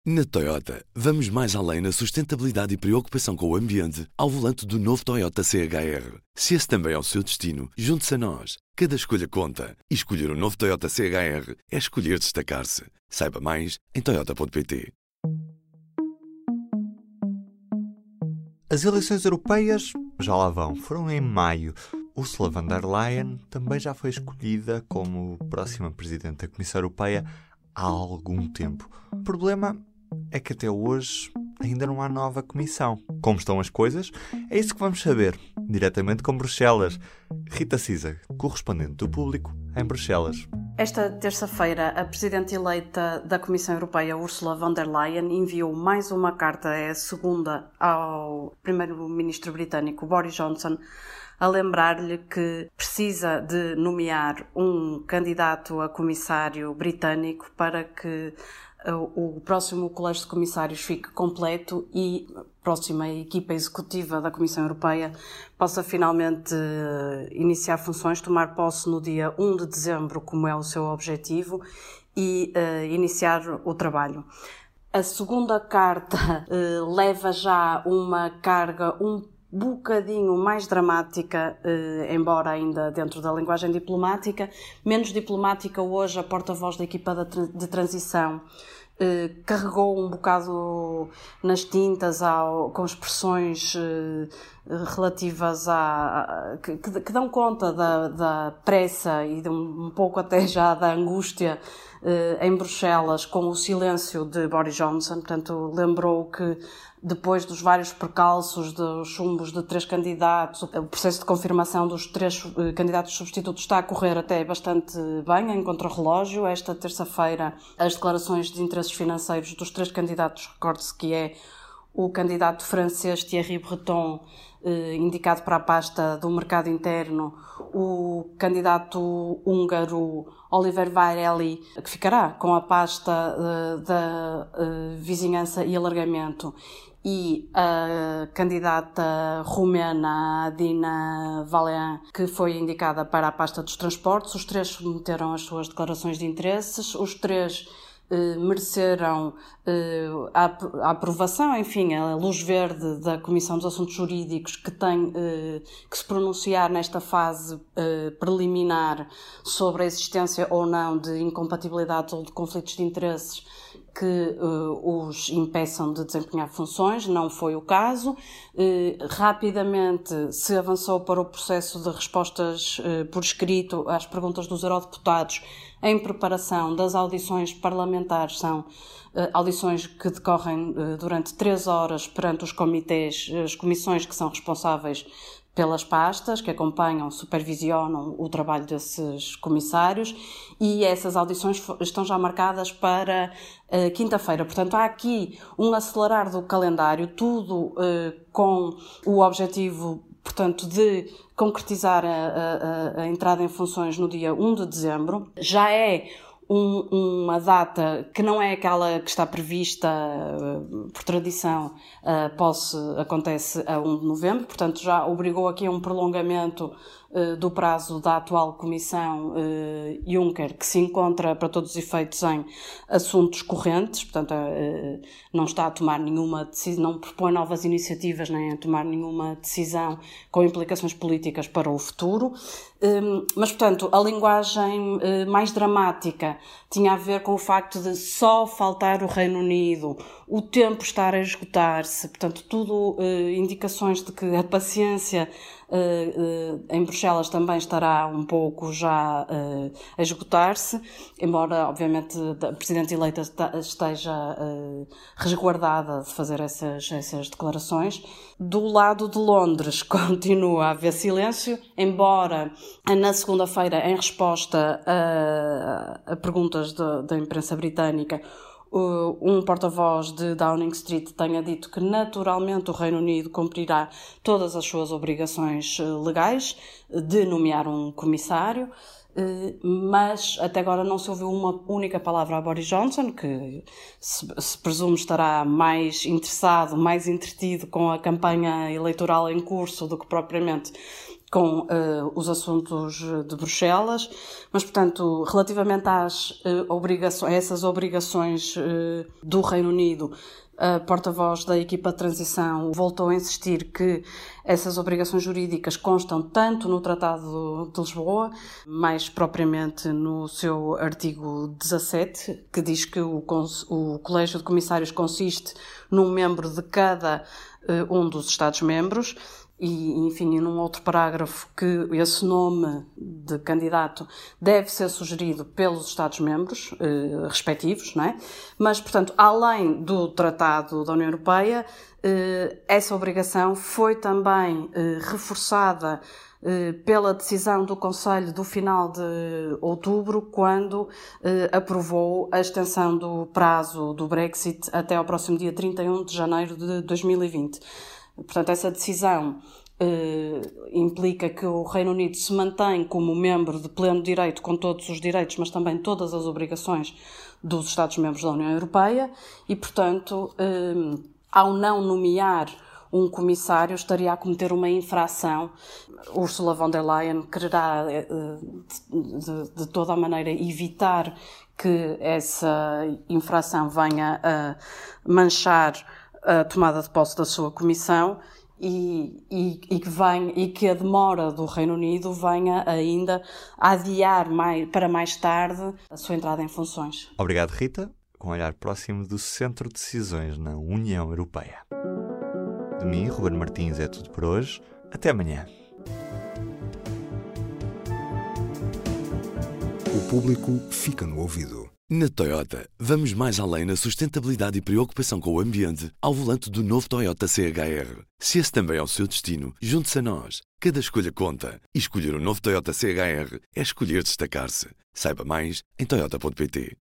Na Toyota, vamos mais além na sustentabilidade e preocupação com o ambiente ao volante do novo Toyota CHR. Se esse também é o seu destino, junte-se a nós. Cada escolha conta. E escolher o novo Toyota CHR é escolher destacar-se. Saiba mais em toyota.pt. As eleições europeias já lá vão. Foram em maio. Ursula von der Leyen também já foi escolhida como próxima Presidente da Comissão Europeia há algum tempo. O problema é que até hoje ainda não há nova comissão. Como estão as coisas? É isso que vamos saber, diretamente com Bruxelas. Rita Cisa, correspondente do Público em Bruxelas. Esta terça-feira, a Presidente eleita da Comissão Europeia, Ursula von der Leyen, enviou mais uma carta, é a segunda, ao Primeiro-Ministro britânico Boris Johnson, a lembrar-lhe que precisa de nomear um candidato a comissário britânico para que o próximo colégio de comissários fique completo e a próxima equipa executiva da Comissão Europeia possa finalmente iniciar funções, tomar posse no dia 1 de dezembro, como é o seu objetivo, e iniciar o trabalho. A segunda carta leva já uma carga um bocadinho mais dramática, embora ainda dentro da linguagem diplomática, menos diplomática hoje. A porta-voz da equipa de transição carregou um bocado nas tintas com expressões relativas que dão conta da pressa e de um pouco até já da angústia em Bruxelas com o silêncio de Boris Johnson. Portanto, lembrou que depois dos vários percalços, dos chumbos de 3 candidatos, o processo de confirmação dos 3 candidatos substitutos está a correr até bastante bem, em contrarrelógio. Esta terça-feira, as declarações de interesses financeiros dos 3 candidatos, recorde-se que é o candidato francês Thierry Breton, indicado para a pasta do mercado interno, o candidato húngaro Oliver Várhelyi, que ficará com a pasta da vizinhança e alargamento, e a candidata romena Adina Vălean, que foi indicada para a pasta dos transportes. Os 3 submeteram as suas declarações de interesses, os 3 mereceram a aprovação, enfim, a luz verde da Comissão dos Assuntos Jurídicos, que tem que se pronunciar nesta fase preliminar sobre a existência ou não de incompatibilidades ou de conflitos de interesses que os impeçam de desempenhar funções. Não foi o caso. Rapidamente se avançou para o processo de respostas por escrito às perguntas dos eurodeputados em preparação das audições parlamentares. São audições que decorrem durante 3 horas perante os comitês, as comissões que são responsáveis pelas pastas, que acompanham, supervisionam o trabalho desses comissários, e essas audições estão já marcadas para quinta-feira. Portanto, há aqui um acelerar do calendário, tudo com o objetivo, portanto, de concretizar a entrada em funções no dia 1 de dezembro. Já é uma data que não é aquela que está prevista por tradição. A posse acontece a 1 de novembro, portanto já obrigou aqui a um prolongamento do prazo da atual Comissão Juncker, que se encontra para todos os efeitos em assuntos correntes, portanto não está a tomar nenhuma decisão, não propõe novas iniciativas nem a tomar nenhuma decisão com implicações políticas para o futuro. Mas, portanto, a linguagem mais dramática tinha a ver com o facto de só faltar o Reino Unido, o tempo estar a esgotar-se, portanto, tudo indicações de que a paciência em Bruxelas também estará um pouco já a esgotar-se, embora, obviamente, a Presidente eleita esteja resguardada de fazer essas declarações. Do lado de Londres continua a haver silêncio, embora na segunda-feira, em resposta a perguntas da imprensa britânica, um porta-voz de Downing Street tenha dito que naturalmente o Reino Unido cumprirá todas as suas obrigações legais de nomear um comissário, mas até agora não se ouviu uma única palavra a Boris Johnson, que se presume estará mais interessado, mais entretido com a campanha eleitoral em curso do que propriamente com os assuntos de Bruxelas, mas, portanto, relativamente às obrigações, essas obrigações do Reino Unido, a porta-voz da equipa de transição voltou a insistir que essas obrigações jurídicas constam tanto no Tratado de Lisboa, mais propriamente no seu artigo 17, que diz que o Colégio de Comissários consiste num membro de cada um dos Estados-membros, e, enfim, num outro parágrafo que esse nome de candidato deve ser sugerido pelos Estados-membros respectivos, não é? Mas, portanto, além do Tratado da União Europeia, essa obrigação foi também reforçada pela decisão do Conselho do final de outubro, quando aprovou a extensão do prazo do Brexit até ao próximo dia 31 de janeiro de 2020. Portanto, essa decisão implica que o Reino Unido se mantém como membro de pleno direito, com todos os direitos, mas também todas as obrigações dos Estados-membros da União Europeia e, portanto, ao não nomear um comissário, estaria a cometer uma infração. Ursula von der Leyen quererá, de toda a maneira, evitar que essa infração venha a manchar a tomada de posse da sua comissão e que a demora do Reino Unido venha ainda a adiar para mais tarde a sua entrada em funções. Obrigado, Rita, com um olhar próximo do Centro de Decisões na União Europeia. De mim, Ruben Martins, é tudo por hoje. Até amanhã. O público fica no ouvido. Na Toyota, vamos mais além na sustentabilidade e preocupação com o ambiente ao volante do novo Toyota CHR. Se esse também é o seu destino, junte-se a nós. Cada escolha conta. E escolher o novo Toyota CHR é escolher destacar-se. Saiba mais em toyota.pt.